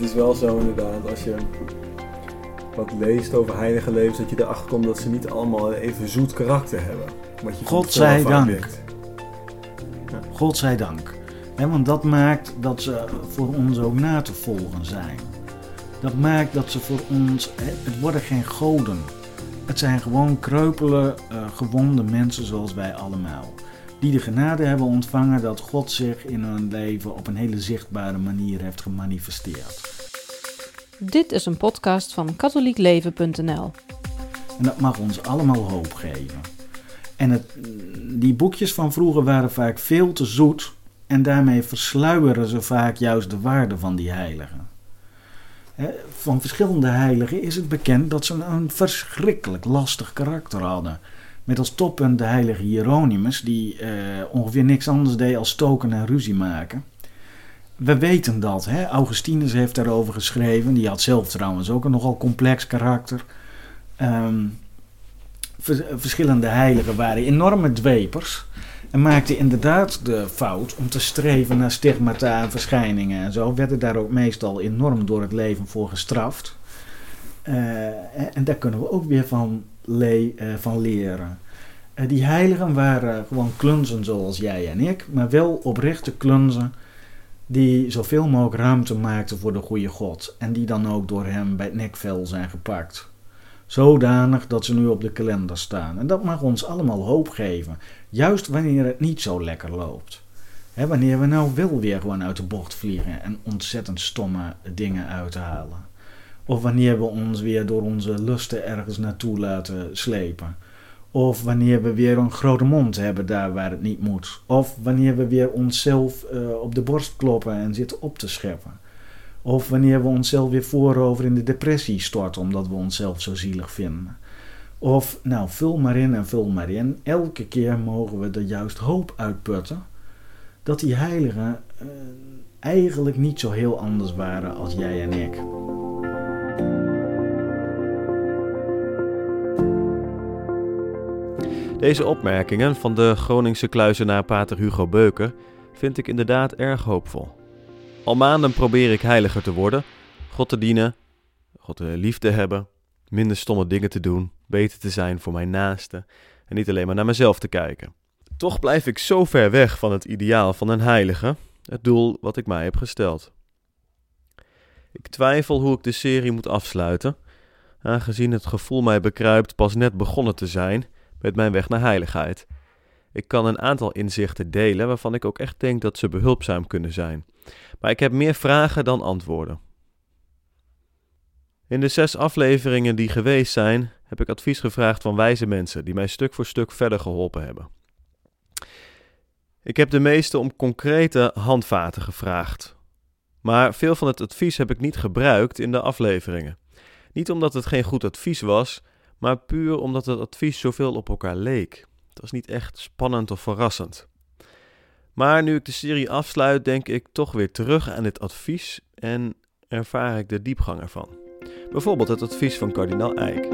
is wel zo inderdaad, als je wat leest over heilige levens, dat je erachter komt dat ze niet allemaal even zoet karakter hebben. Wat je God zij dank. Ja. God zij dank. Want dat maakt dat ze voor ons ook na te volgen zijn. Dat maakt dat ze voor ons, het worden geen goden. Het zijn gewoon kreupele, gewonde mensen zoals wij allemaal. Die de genade hebben ontvangen dat God zich in hun leven op een hele zichtbare manier heeft gemanifesteerd. Dit is een podcast van katholiekleven.nl. En dat mag ons allemaal hoop geven. En die boekjes van vroeger waren vaak veel te zoet en daarmee versluieren ze vaak juist de waarde van die heiligen. Van verschillende heiligen is het bekend dat ze een verschrikkelijk lastig karakter hadden. Met als toppunt de heilige Hieronymus, die ongeveer niks anders deed als stoken en ruzie maken. We weten dat, Augustinus heeft daarover geschreven. Die had zelf trouwens ook een nogal complex karakter. Verschillende heiligen waren enorme dwepers. En maakten inderdaad de fout om te streven naar stigmata en verschijningen. En zo werden daar ook meestal enorm door het leven voor gestraft. En daar kunnen we ook weer van leren. Die heiligen waren gewoon klunzen zoals jij en ik. Maar wel oprechte klunzen die zoveel mogelijk ruimte maakten voor de goede God. En die dan ook door hem bij het nekvel zijn gepakt. Zodanig dat ze nu op de kalender staan. En dat mag ons allemaal hoop geven. Juist wanneer het niet zo lekker loopt. Wanneer we nou wel weer gewoon uit de bocht vliegen en ontzettend stomme dingen uithalen. Of wanneer we ons weer door onze lusten ergens naartoe laten slepen. Of wanneer we weer een grote mond hebben daar waar het niet moet. Of wanneer we weer onszelf op de borst kloppen en zitten op te scheppen. Of wanneer we onszelf weer voorover in de depressie storten omdat we onszelf zo zielig vinden. Of, vul maar in en vul maar in. Elke keer mogen we er juist hoop uitputten dat die heiligen eigenlijk niet zo heel anders waren als jij en ik. Deze opmerkingen van de Groningse kluizenaar pater Hugo Beuker vind ik inderdaad erg hoopvol. Al maanden probeer ik heiliger te worden, God te dienen, God lief te hebben, minder stomme dingen te doen, beter te zijn voor mijn naasten en niet alleen maar naar mezelf te kijken. Toch blijf ik zo ver weg van het ideaal van een heilige, het doel wat ik mij heb gesteld. Ik twijfel hoe ik de serie moet afsluiten, aangezien het gevoel mij bekruipt pas net begonnen te zijn met mijn weg naar heiligheid. Ik kan een aantal inzichten delen waarvan ik ook echt denk dat ze behulpzaam kunnen zijn. Maar ik heb meer vragen dan antwoorden. In de 6 afleveringen die geweest zijn, heb ik advies gevraagd van wijze mensen die mij stuk voor stuk verder geholpen hebben. Ik heb de meeste om concrete handvaten gevraagd. Maar veel van het advies heb ik niet gebruikt in de afleveringen. Niet omdat het geen goed advies was, maar puur omdat het advies zoveel op elkaar leek. Het was niet echt spannend of verrassend. Maar nu ik de serie afsluit, denk ik toch weer terug aan dit advies en ervaar ik de diepgang ervan. Bijvoorbeeld het advies van kardinaal Eijk.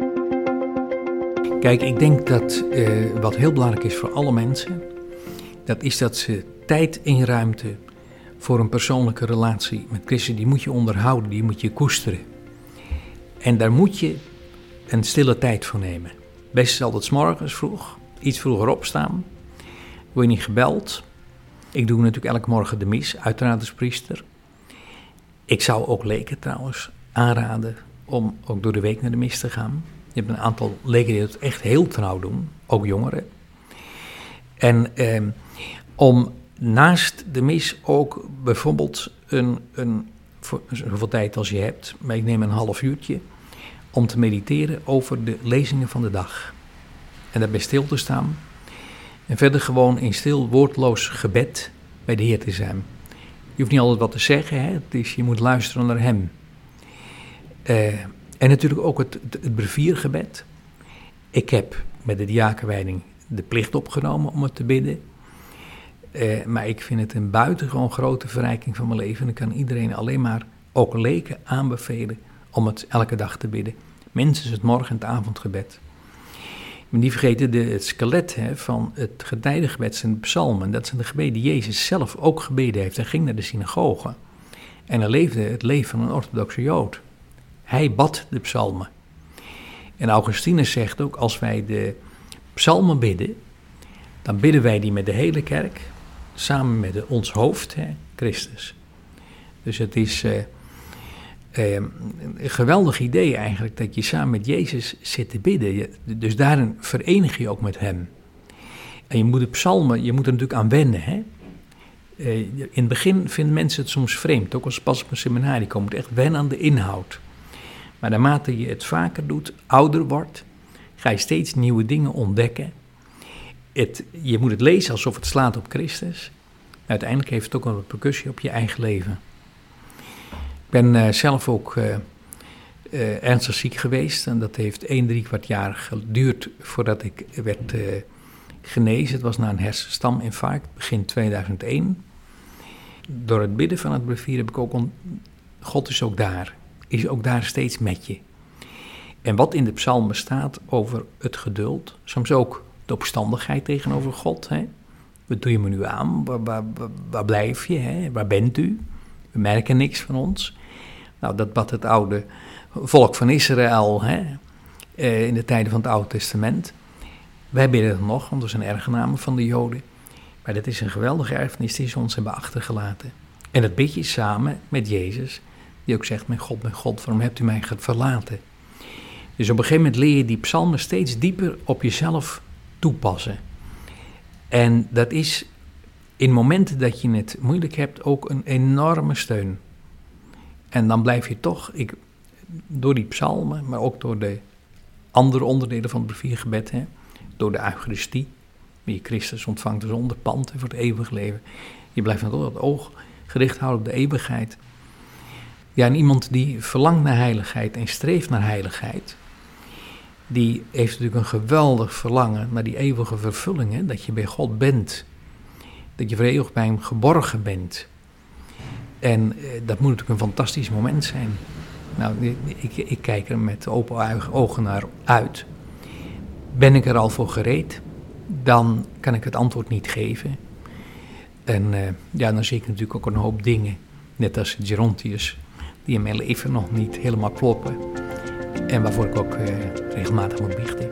Kijk, ik denk dat wat heel belangrijk is voor alle mensen, dat is dat ze tijd inruimte voor een persoonlijke relatie met Christus, die moet je onderhouden, die moet je koesteren. En daar moet je een stille tijd voor nemen. Best altijd 's morgens vroeg, iets vroeger opstaan. Word je niet gebeld. Ik doe natuurlijk elke morgen de mis, uiteraard als priester. Ik zou ook leken trouwens aanraden om ook door de week naar de mis te gaan. Je hebt een aantal leken die het echt heel trouw doen, ook jongeren. En om naast de mis ook bijvoorbeeld voor zoveel tijd als je hebt, maar ik neem een half uurtje, om te mediteren over de lezingen van de dag. En daarbij stil te staan. En verder gewoon in stil, woordloos gebed bij de Heer te zijn. Je hoeft niet altijd wat te zeggen, hè? Het is, je moet luisteren naar Hem. En natuurlijk ook het breviergebed. Ik heb met de diakenwijding de plicht opgenomen om het te bidden. Maar ik vind het een buitengewoon grote verrijking van mijn leven. En ik kan iedereen alleen maar, ook leken, aanbevelen om het elke dag te bidden. Minstens het morgen- en het avondgebed. Maar niet vergeten, het skelet van het getijdengebed zijn de psalmen. Dat zijn de gebeden die Jezus zelf ook gebeden heeft. Hij ging naar de synagoge. En hij leefde het leven van een orthodoxe Jood. Hij bad de psalmen. En Augustinus zegt ook, als wij de psalmen bidden, dan bidden wij die met de hele kerk, samen met ons hoofd, Christus. Dus het is een geweldig idee eigenlijk, dat je samen met Jezus zit te bidden. Dus daarin verenig je ook met hem. En je moet de psalmen, je moet er natuurlijk aan wennen, hè. In het begin vinden mensen het soms vreemd, ook als ze pas op een seminarie komen, moet echt wennen aan de inhoud. Maar naarmate je het vaker doet, ouder wordt, ga je steeds nieuwe dingen ontdekken. Je moet het lezen alsof het slaat op Christus. Uiteindelijk heeft het ook een repercussie op je eigen leven. Ik ben zelf ook ernstig ziek geweest en dat heeft 1-3/4 jaar geduurd voordat ik werd genezen. Het was na een hersenstaminfarct, begin 2001. Door het bidden van het brevier heb ik ook God is ook daar steeds met je. En wat in de psalmen staat over het geduld, soms ook de opstandigheid tegenover God. Hè? Wat doe je me nu aan? Waar blijf je? Hè? Waar bent u? We merken niks van ons. Nou, dat bad het oude volk van Israël in de tijden van het Oude Testament. Wij bidden het nog, want dat zijn erfgenamen van de Joden. Maar dat is een geweldige erfenis die ze ons hebben achtergelaten. En dat bid je samen met Jezus, die ook zegt, mijn God, waarom hebt u mij verlaten? Dus op een gegeven moment leer je die psalmen steeds dieper op jezelf toepassen. En dat is in momenten dat je het moeilijk hebt ook een enorme steun. En dan blijf je toch, door die psalmen, maar ook door de andere onderdelen van het breviergebed, door de Eucharistie, wie je Christus ontvangt als onderpand voor het eeuwige leven. Je blijft dan toch het oog gericht houden op de eeuwigheid. Ja, en iemand die verlangt naar heiligheid en streeft naar heiligheid, die heeft natuurlijk een geweldig verlangen naar die eeuwige vervulling, dat je bij God bent. Dat je voor eeuwig bij hem geborgen bent. En dat moet natuurlijk een fantastisch moment zijn. Nou, ik kijk er met open ogen naar uit. Ben ik er al voor gereed? Dan kan ik het antwoord niet geven. En dan zie ik natuurlijk ook een hoop dingen, net als Gerontius, die in mijn leven nog niet helemaal kloppen. En waarvoor ik ook regelmatig moet biechten.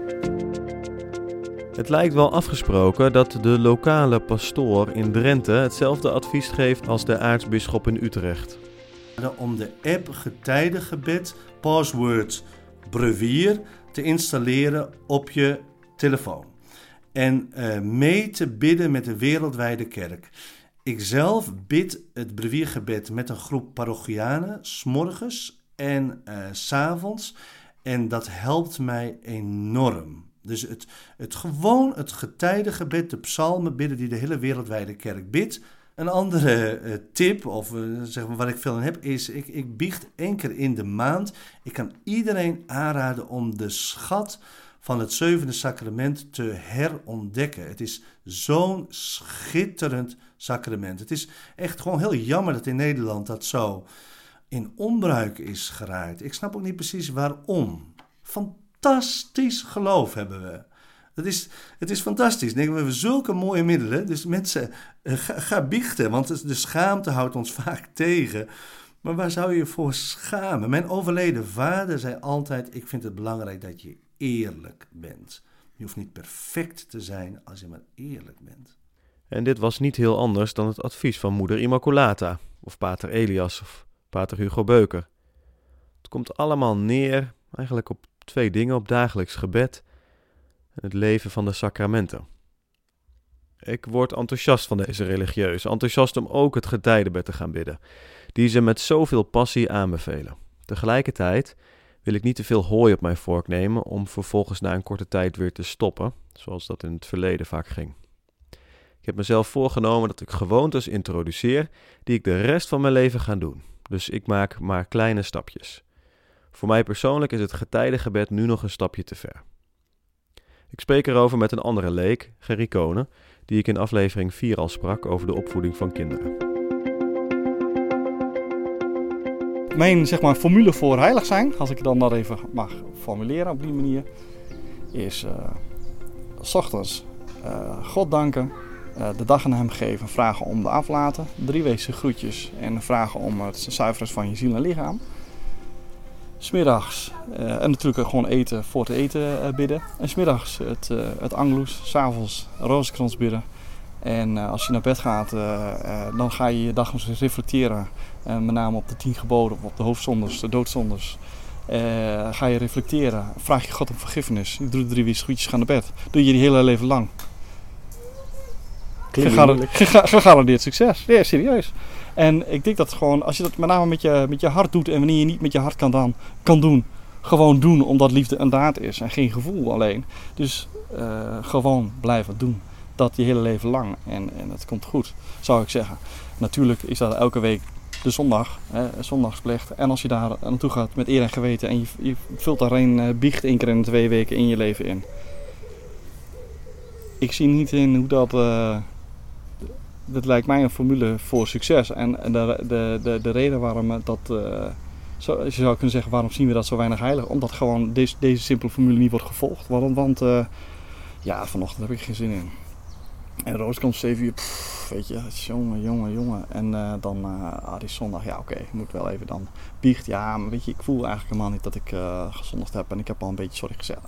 Het lijkt wel afgesproken dat de lokale pastoor in Drenthe hetzelfde advies geeft als de aartsbisschop in Utrecht. Om de app Getijdengebed, password brevier, te installeren op je telefoon. En mee te bidden met de wereldwijde kerk. Ik zelf bid het breviergebed met een groep parochianen, 's morgens en 's avonds. En dat helpt mij enorm. Dus het getijdengebed, de psalmen bidden die de hele wereldwijde kerk bidt. Een andere tip, of zeg maar wat ik veel aan heb, is ik biecht 1 keer in de maand. Ik kan iedereen aanraden om de schat van het 7e sacrament te herontdekken. Het is zo'n schitterend sacrament. Het is echt gewoon heel jammer dat in Nederland dat zo in onbruik is geraakt. Ik snap ook niet precies waarom. Fantastisch geloof hebben we. Het is fantastisch. We hebben zulke mooie middelen. Dus mensen, ga biechten, want de schaamte houdt ons vaak tegen. Maar waar zou je je voor schamen? Mijn overleden vader zei altijd, ik vind het belangrijk dat je eerlijk bent. Je hoeft niet perfect te zijn als je maar eerlijk bent. En dit was niet heel anders dan het advies van moeder Immaculata, of pater Elias, of pater Hugo Beuker. Het komt allemaal neer eigenlijk op 2 dingen, op dagelijks gebed en het leven van de sacramenten. Ik word enthousiast van deze religieuzen, enthousiast om ook het getijdengebed te gaan bidden, die ze met zoveel passie aanbevelen. Tegelijkertijd wil ik niet te veel hooi op mijn vork nemen om vervolgens na een korte tijd weer te stoppen, zoals dat in het verleden vaak ging. Ik heb mezelf voorgenomen dat ik gewoontes introduceer die ik de rest van mijn leven ga doen. Dus ik maak maar kleine stapjes. Voor mij persoonlijk is het getijdengebed nu nog een stapje te ver. Ik spreek erover met een andere leek, Gerry Konen, die ik in aflevering 4 al sprak over de opvoeding van kinderen. Mijn formule voor heilig zijn, als ik dan dat even mag formuleren op die manier, is 's ochtends God danken, de dag aan hem geven, vragen om de aflaten, 3-weekse groetjes en vragen om het zuiveren van je ziel en lichaam. 'S Middags en natuurlijk gewoon eten voor het eten bidden. En 's middags het Angelus, 's avonds rozenkrans bidden. En als je naar bed gaat, dan ga je je dag eens reflecteren. Met name op de 10 geboden, op de hoofdzondes, de doodzondes. Ga je reflecteren, vraag je God om vergiffenis. Je doet 3 groetjes, ga naar bed. Doe je die hele leven lang. Gegarandeerd succes. Ja, serieus. En ik denk dat gewoon, als je dat met name met je hart doet en wanneer je niet met je hart kan doen, gewoon doen omdat liefde een daad is en geen gevoel alleen. Dus gewoon blijven doen. Dat je hele leven lang. En dat komt goed, zou ik zeggen. Natuurlijk is dat elke week de zondag, zondagsplicht. En als je daar naartoe gaat met eer en geweten en je vult daar een biecht 1 keer in 2 weken in je leven in. Ik zie niet in hoe dat lijkt mij een formule voor succes. En de reden waarom dat, je zou kunnen zeggen, waarom zien we dat zo weinig heilig? Omdat gewoon deze simpele formule niet wordt gevolgd. Want vanochtend heb ik geen zin in. En rooskrans 7 uur, weet je, jongen. En dan die zondag, ja oké, ik moet wel even dan biecht. Ja, maar weet je, ik voel eigenlijk helemaal niet dat ik gezondigd heb. En ik heb al een beetje sorry gezegd.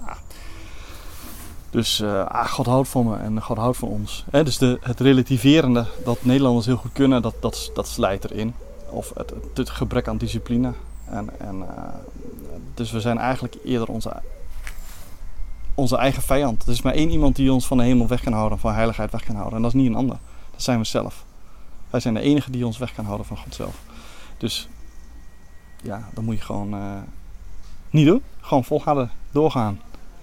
Dus God houdt van me en God houdt van ons. Dus het relativerende dat Nederlanders heel goed kunnen, dat slijt erin. Of het gebrek aan discipline. Dus we zijn eigenlijk eerder onze eigen vijand. Er is maar 1 iemand die ons van de hemel weg kan houden, van heiligheid weg kan houden. En dat is niet een ander. Dat zijn we zelf. Wij zijn de enige die ons weg kan houden van God zelf. Dus ja, dat moet je gewoon niet doen. Gewoon volharden, doorgaan.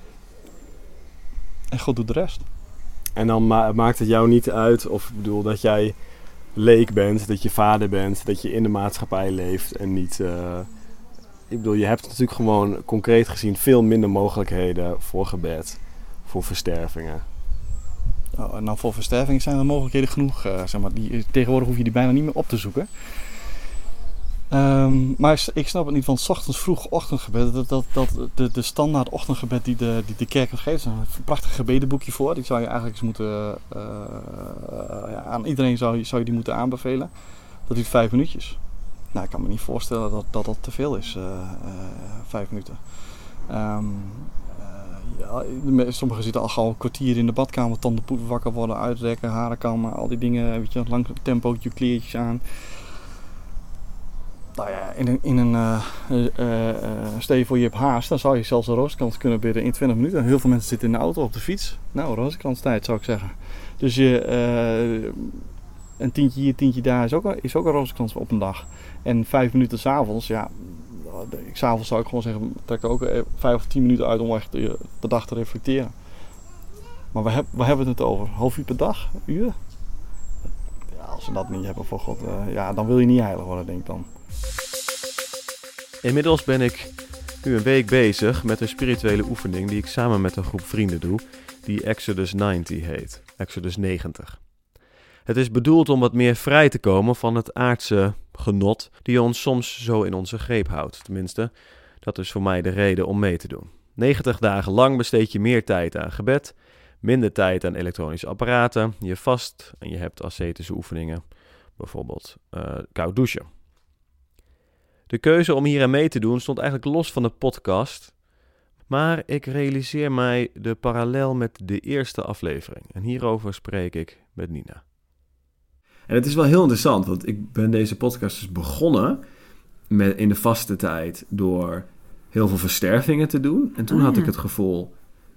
En God doet de rest. En dan maakt het jou niet uit, of ik bedoel dat jij leek bent, dat je vader bent, dat je in de maatschappij leeft en niet... Ik bedoel, je hebt natuurlijk gewoon concreet gezien veel minder mogelijkheden voor gebed, voor verstervingen. Oh, en dan voor verstervingen zijn er mogelijkheden genoeg. Tegenwoordig hoef je die bijna niet meer op te zoeken. Maar ik snap het niet, want 's ochtends vroeg ochtendgebed, de standaard ochtendgebed die de kerk geeft, is een prachtig gebedenboekje voor. Die zou je eigenlijk eens moeten, aan iedereen zou je die moeten aanbevelen. Dat duurt 5 minuutjes. Nou, ik kan me niet voorstellen dat te veel is, 5 minuten. Sommigen zitten al gauw een kwartier in de badkamer, tandenpoeder wakker worden, uitrekken, haren kammen, al die dingen, weet je, lang tempootje, kleertjes aan. Nou ja, stel je voor je hebt haast, dan zou je zelfs een rozenkrans kunnen bidden in 20 minuten. Heel veel mensen zitten in de auto op de fiets. Nou, rozenkranstijd zou ik zeggen. Dus een tientje hier, tientje daar is ook een rozenkrans op een dag. En 5 minuten 's avonds, ja, s'avonds zou ik gewoon zeggen, trek er ook 5 of 10 minuten uit om echt de dag te reflecteren. Maar waar hebben we het over? Half uur per dag? Uur? Ja, als we dat niet hebben voor God, dan wil je niet heilig worden, denk ik dan. Inmiddels ben ik nu een week bezig met een spirituele oefening die ik samen met een groep vrienden doe, die Exodus 90 heet. Exodus 90. Het is bedoeld om wat meer vrij te komen van het aardse genot die ons soms zo in onze greep houdt. Tenminste, dat is voor mij de reden om mee te doen. 90 dagen lang besteed je meer tijd aan gebed, minder tijd aan elektronische apparaten, je vast en je hebt ascetische oefeningen, bijvoorbeeld koud douchen. De keuze om hier aan mee te doen stond eigenlijk los van de podcast, maar ik realiseer mij de parallel met de eerste aflevering. En hierover spreek ik met Nina. En het is wel heel interessant, want ik ben deze podcast dus begonnen in de vaste tijd door heel veel verstervingen te doen. En toen had ik het gevoel,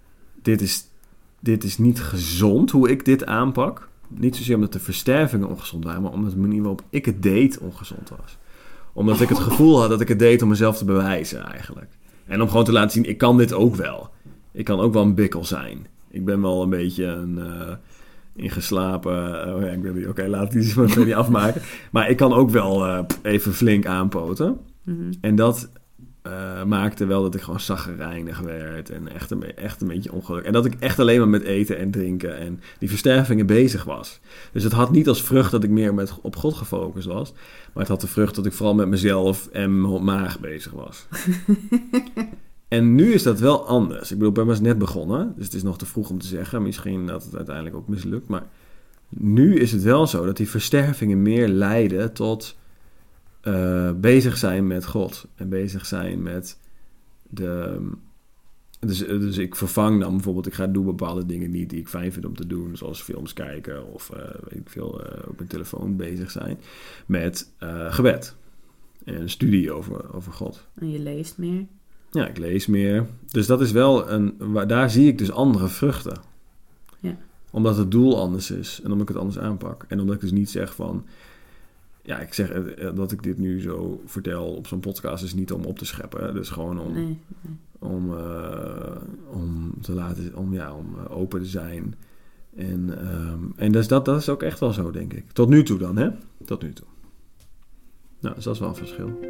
dit is niet gezond hoe ik dit aanpak. Niet zozeer omdat de verstervingen ongezond waren, maar omdat de manier waarop ik het deed ongezond was. Omdat ik het gevoel had dat ik het deed om mezelf te bewijzen eigenlijk. En om gewoon te laten zien, ik kan dit ook wel. Ik kan ook wel een bikkel zijn. Ik ben wel een beetje een ingeslapen... Oké, laat het iets niet afmaken. Maar ik kan ook wel even flink aanpoten. Mm-hmm. En dat maakte wel dat ik gewoon chagrijnig werd. En echt een beetje ongelukkig. En dat ik echt alleen maar met eten en drinken en die verstervingen bezig was. Dus het had niet als vrucht dat ik meer op God gefocust was. Maar het had de vrucht dat ik vooral met mezelf en mijn maag bezig was. En nu is dat wel anders. Ik bedoel, ik ben maar net begonnen. Dus het is nog te vroeg om te zeggen. Misschien dat het uiteindelijk ook mislukt. Maar Nu is het wel zo dat die verstervingen meer leiden tot bezig zijn met God. En bezig zijn met de... Dus ik vervang dan bijvoorbeeld, ik doe bepaalde dingen niet die ik fijn vind om te doen. Zoals films kijken of weet ik veel, op mijn telefoon bezig zijn. Met gebed. En een studie over God. En je leest meer. Ja, ik lees meer. Dus dat is wel daar zie ik dus andere vruchten. Ja. Omdat het doel anders is. En omdat ik het anders aanpak. En omdat ik dus niet zeg van... Ja, ik zeg dat ik dit nu zo vertel op zo'n podcast is niet om op te scheppen. Hè. Dus gewoon om... Nee. Om te laten... Om open te zijn. En dus dat is ook echt wel zo, denk ik. Tot nu toe dan, hè? Tot nu toe. Nou, dus dat is wel een verschil.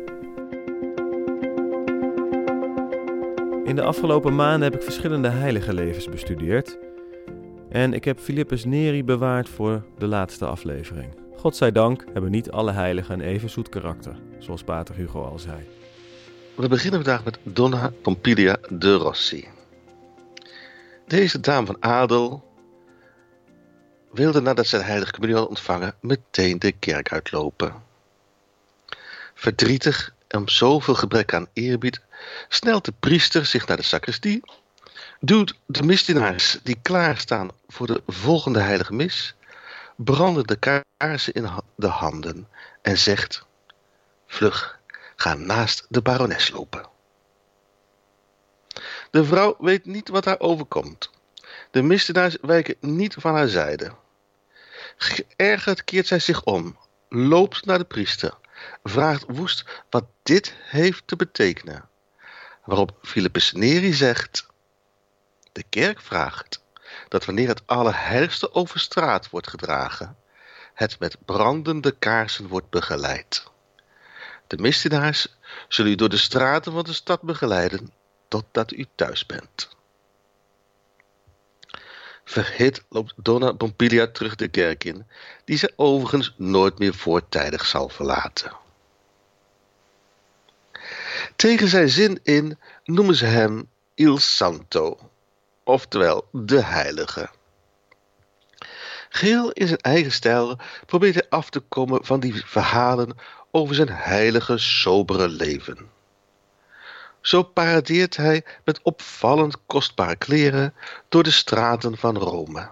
In de afgelopen maanden heb ik verschillende heilige levens bestudeerd. En ik heb Philippus Neri bewaard voor de laatste aflevering. Godzijdank hebben niet alle heiligen een even zoet karakter, zoals pater Hugo al zei. We beginnen vandaag met Donna Pompilia de Rossi. Deze dame van adel wilde nadat ze de heilige communie had ontvangen meteen de kerk uitlopen. Verdrietig en om zoveel gebrek aan eerbied snelt de priester zich naar de sacristie, duwt de misdienaars die klaarstaan voor de volgende heilige mis, branden de kaarsen in de handen en zegt: vlug, ga naast de barones lopen. De vrouw weet niet wat haar overkomt. De misdienaars wijken niet van haar zijde. Geërgerd keert zij zich om, loopt naar de priester, vraagt woest wat dit heeft te betekenen. Waarop Philippus Neri zegt: de kerk vraagt dat wanneer het Allerheiligste over straat wordt gedragen, het met brandende kaarsen wordt begeleid. De misdienaars zullen u door de straten van de stad begeleiden totdat u thuis bent. Verhit loopt Donna Pompilia terug de kerk in, die zij overigens nooit meer voortijdig zal verlaten. Tegen zijn zin in noemen ze hem Il Santo, oftewel de heilige. Geheel in zijn eigen stijl probeert hij af te komen van die verhalen over zijn heilige, sobere leven. Zo paradeert hij met opvallend kostbare kleren door de straten van Rome.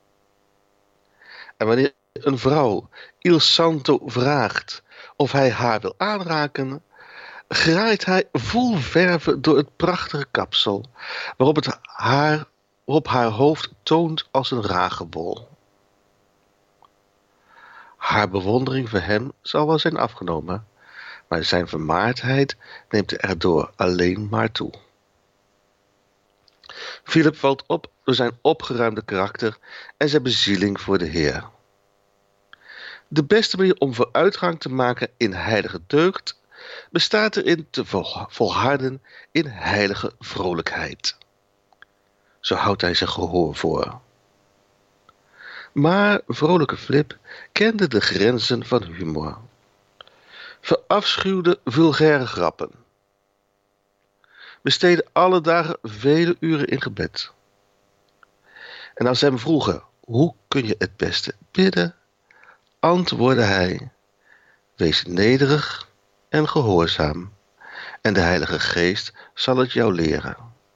En wanneer een vrouw Il Santo vraagt of hij haar wil aanraken, graait hij vol verve door het prachtige kapsel, waarop haar hoofd toont als een ragebol. Haar bewondering voor hem zal wel zijn afgenomen, maar zijn vermaardheid neemt erdoor alleen maar toe. Philip valt op door zijn opgeruimde karakter en zijn bezieling voor de Heer. De beste manier om vooruitgang te maken in heilige deugd bestaat erin te volharden in heilige vrolijkheid. Zo houdt hij zijn gehoor voor. Maar vrolijke Flip kende de grenzen van humor. Verafschuwde vulgaire grappen. Besteedde alle dagen vele uren in gebed. En als ze hem vroegen: hoe kun je het beste bidden? Antwoordde hij: wees nederig en gehoorzaam, en de Heilige Geest zal het jou leren.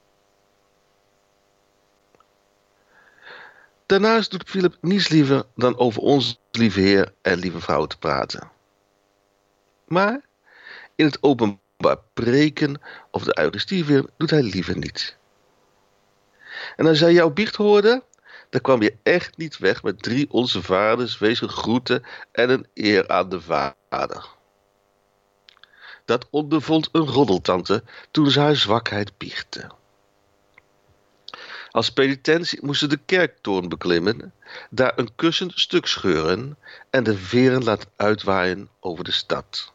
Daarnaast doet Philip niets liever dan over onze lieve Heer en lieve vrouw te praten. Maar in het openbaar preken of de Eucharistie vieren doet hij liever niet. En als hij jouw biecht hoorde, dan kwam je echt niet weg met 3 Onze Vaders, wees gegroeten en een eer aan de Vader. Dat ondervond een roddeltante toen ze haar zwakheid biechtte. Als penitentie moest ze de kerktoren beklimmen, daar een kussen stuk scheuren en de veren laten uitwaaien over de stad.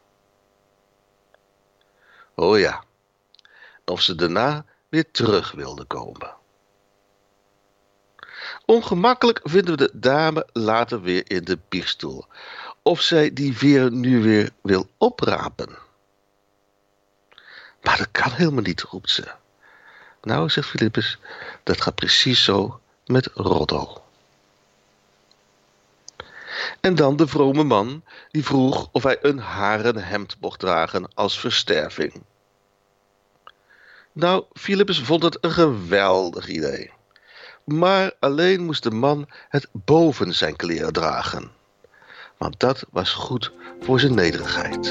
Oh ja, of ze daarna weer terug wilde komen. Ongemakkelijk vinden we de dame later weer in de biechtstoel, of zij die veren nu weer wil oprapen. Maar dat kan helemaal niet, roept ze. Nou, zegt Philippus, dat gaat precies zo met roddel. En dan de vrome man die vroeg of hij een haren hemd mocht dragen als versterving. Nou, Philippus vond het een geweldig idee. Maar alleen moest de man het boven zijn kleren dragen. Want dat was goed voor zijn nederigheid.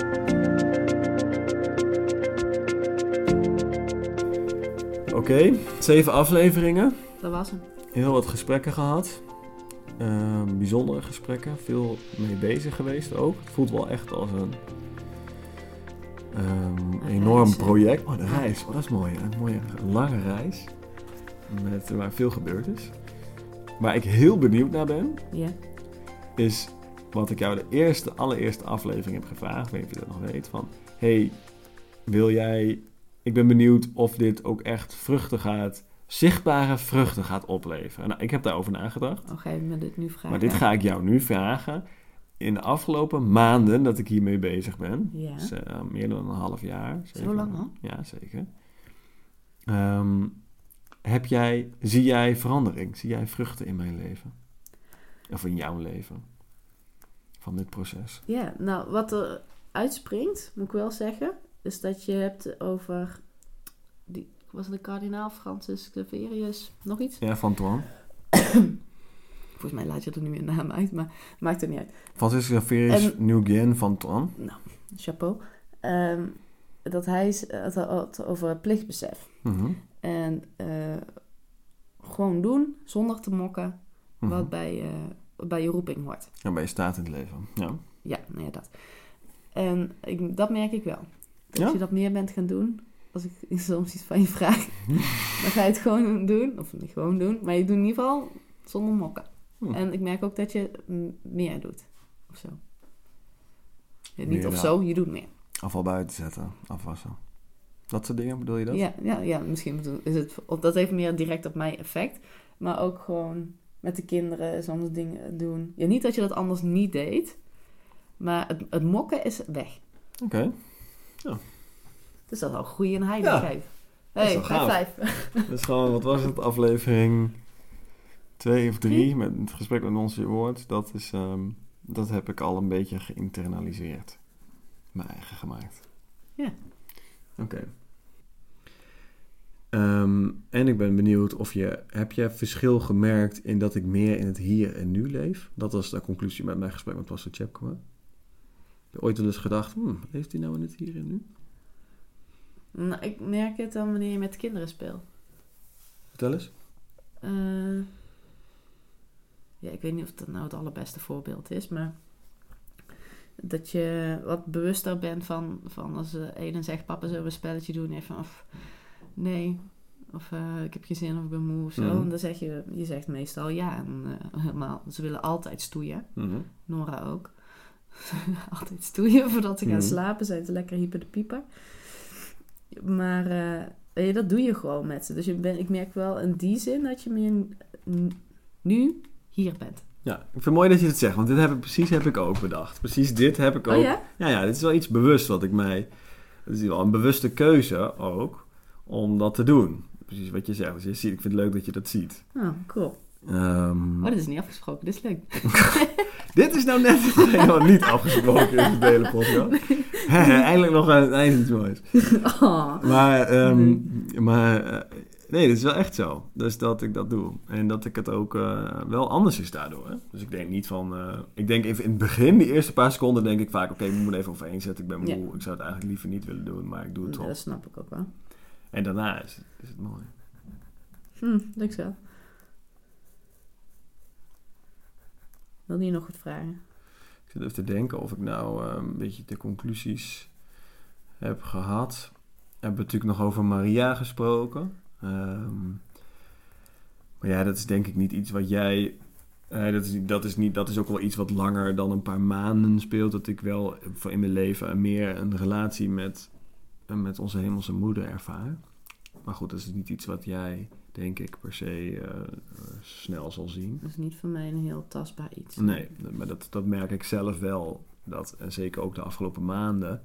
Oké, 7 afleveringen. Dat was hem. Heel wat gesprekken gehad. Bijzondere gesprekken. Veel mee bezig geweest ook. Het voelt wel echt als een enorm reis, project. Oh, de reis. Oh, dat is mooi. Een mooie, lange reis. Waar veel gebeurd is. Waar ik heel benieuwd naar ben. Ja. Is wat ik jou de allereerste aflevering heb gevraagd. Ik weet niet of je dat nog weet. Van, hey, wil jij... Ik ben benieuwd of dit ook echt zichtbare vruchten gaat opleveren. Nou, ik heb daarover nagedacht. Oh, ga je me dit nu vragen? Maar dit ga ik jou nu vragen. In de afgelopen maanden dat ik hiermee bezig ben. Ja. Dus, meer dan een half jaar. Zo lang al? Ja, zeker. Zie jij verandering? Zie jij vruchten in mijn leven? Of in jouw leven? Van dit proces? Ja, nou, wat er uitspringt, moet ik wel zeggen, is dat je hebt over... Was het de kardinaal Francis Xaverius? Nog iets? Ja, van Toan. Volgens mij laat je er nu meer naam uit, maar maakt er niet uit. Francis Xaverius Nguyen van Toan. Nou, chapeau. Dat hij het had over het plichtbesef. Mm-hmm. En gewoon doen, zonder te mokken, wat bij je roeping hoort. Ja, bij je staat in het leven. Ja, ja, nou ja, dat. En dat merk ik wel. Als je dat meer bent gaan doen, als ik soms iets van je vraag, dan ga je het gewoon doen. Of niet gewoon doen, maar je doet in ieder geval zonder mokken. En ik merk ook dat je meer doet. Of zo. Ja, niet of zo, je doet meer. Afval buiten zetten, afwassen. Dat soort dingen, bedoel je dat? Ja, misschien is het... Dat heeft meer direct op mij effect. Maar ook gewoon met de kinderen soms dingen doen. Ja, niet dat je dat anders niet deed. Maar het mokken is weg. Oké. Ja. Dus dat is al groei en heiligheid. Ja. Hey, 5. Dus gewoon, wat was het? Aflevering 2 of 3 met het gesprek met ons je woord. Dat heb ik al een beetje geïnternaliseerd. Mijn eigen gemaakt. Ja. Oké. En ik ben benieuwd heb je verschil gemerkt in dat ik meer in het hier en nu leef? Dat was de conclusie met mijn gesprek met Pastor Tjepkema. Heb je ooit wel eens gedacht, leeft hij nou in het hier en nu? Nou, ik merk het dan wanneer je met kinderen speelt. Vertel eens. Ja, ik weet niet of dat nou het allerbeste voorbeeld is, maar dat je wat bewuster bent van als Eden zegt, papa, zullen we een spelletje doen? Even of nee, of ik heb geen zin of ik ben moe of zo. Mm-hmm. En dan zeg je zegt meestal ja. En helemaal, ze willen altijd stoeien. Mm-hmm. Nora ook. Altijd stoeien voordat ze gaan slapen. Zijn ze lekker hyper de pieper. Maar dat doe je gewoon met ze. Dus ik merk wel in die zin dat je meer nu hier bent. Ja, ik vind het mooi dat je het zegt, want dit heb ik ook bedacht. Precies dit heb ik ook. Oh ja? Ja, dit is wel iets bewust wat het is wel een bewuste keuze ook, om dat te doen. Precies wat je zegt. Dus ik vind het leuk dat je dat ziet. Oh, cool. Dit is niet afgesproken, dit is leuk. Dit is nou net hetgeen wat niet afgesproken is in de hele podcast. Eindelijk nog aan het eind iets moois. Oh. Maar nee, dit is wel echt zo. Dus dat ik dat doe. En dat ik het ook wel anders is daardoor. Hè? Dus ik denk niet van... ik denk even in het begin, die eerste paar seconden, denk ik vaak... Oké, ik moet even overeenzetten. Ik ben moe. Ja. Ik zou het eigenlijk liever niet willen doen, maar ik doe het toch. Dat snap ik ook wel. En daarna is het mooi. Denk zo. Wil je nog wat vragen? Ik zit even te denken of ik nou een beetje de conclusies heb gehad. We hebben natuurlijk nog over Maria gesproken. Maar ja, dat is denk ik niet iets wat jij... dat is ook wel iets wat langer dan een paar maanden speelt. Dat ik wel in mijn leven meer een relatie met onze hemelse moeder ervaar. Maar goed, dat is niet iets wat jij, denk ik, per se snel zal zien. Dat is niet voor mij een heel tastbaar iets. Nee, maar dat merk ik zelf wel. En zeker ook de afgelopen maanden.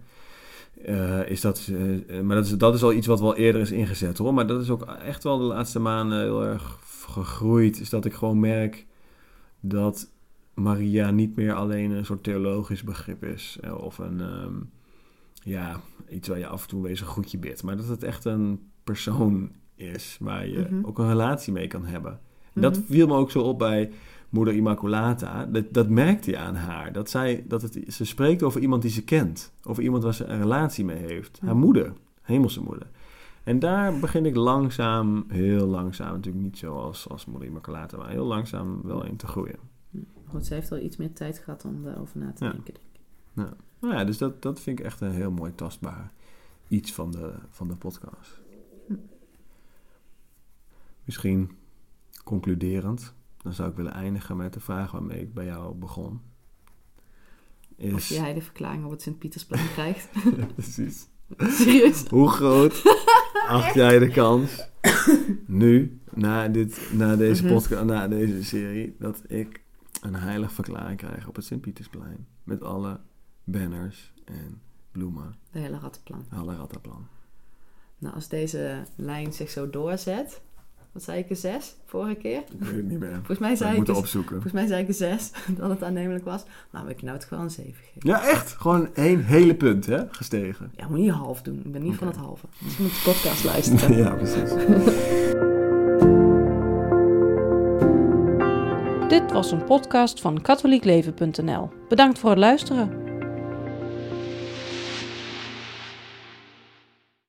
Maar dat is al iets wat wel eerder is ingezet, hoor. Maar dat is ook echt wel de laatste maanden heel erg gegroeid. Is dat ik gewoon merk dat Maria niet meer alleen een soort theologisch begrip is. Of een, iets waar je af en toe eens een groetje bidt. Maar dat het echt een persoon is waar je ook een relatie mee kan hebben. En dat viel me ook zo op bij moeder Immaculata. Dat merkte je aan haar. Ze spreekt over iemand die ze kent. Over iemand waar ze een relatie mee heeft. Haar moeder, hemelse moeder. En daar begin ik langzaam, heel langzaam, natuurlijk niet zoals als moeder Immaculata, maar heel langzaam wel in te groeien. Goed, ze heeft wel iets meer tijd gehad om daarover na te denken, denk ik. Ja. Nou ja, dus dat vind ik echt een heel mooi tastbaar iets van de podcast. Misschien concluderend, dan zou ik willen eindigen met de vraag waarmee ik bij jou begon. Of jij de verklaring op het Sint-Pietersplein krijgt. Precies. Serieus? Hoe groot acht jij de kans nu, na deze podcast, na deze serie, dat ik een heilige verklaring krijg op het Sint-Pietersplein? Met alle banners en bloemen. De hele rattenplan. Nou, als deze lijn zich zo doorzet... Wat zei ik, een 6 vorige keer? Ik weet het niet meer. Volgens mij zei ik een 6, dat het aannemelijk was. Nou, wil ik nou het gewoon een 7 geven. Ja, echt? Gewoon 1 hele punt, hè? Gestegen. Ja, moet niet half doen. Ik ben niet van het halve. Dus je moet de podcast luisteren. Ja, precies. Dit was een podcast van katholiekleven.nl. Bedankt voor het luisteren.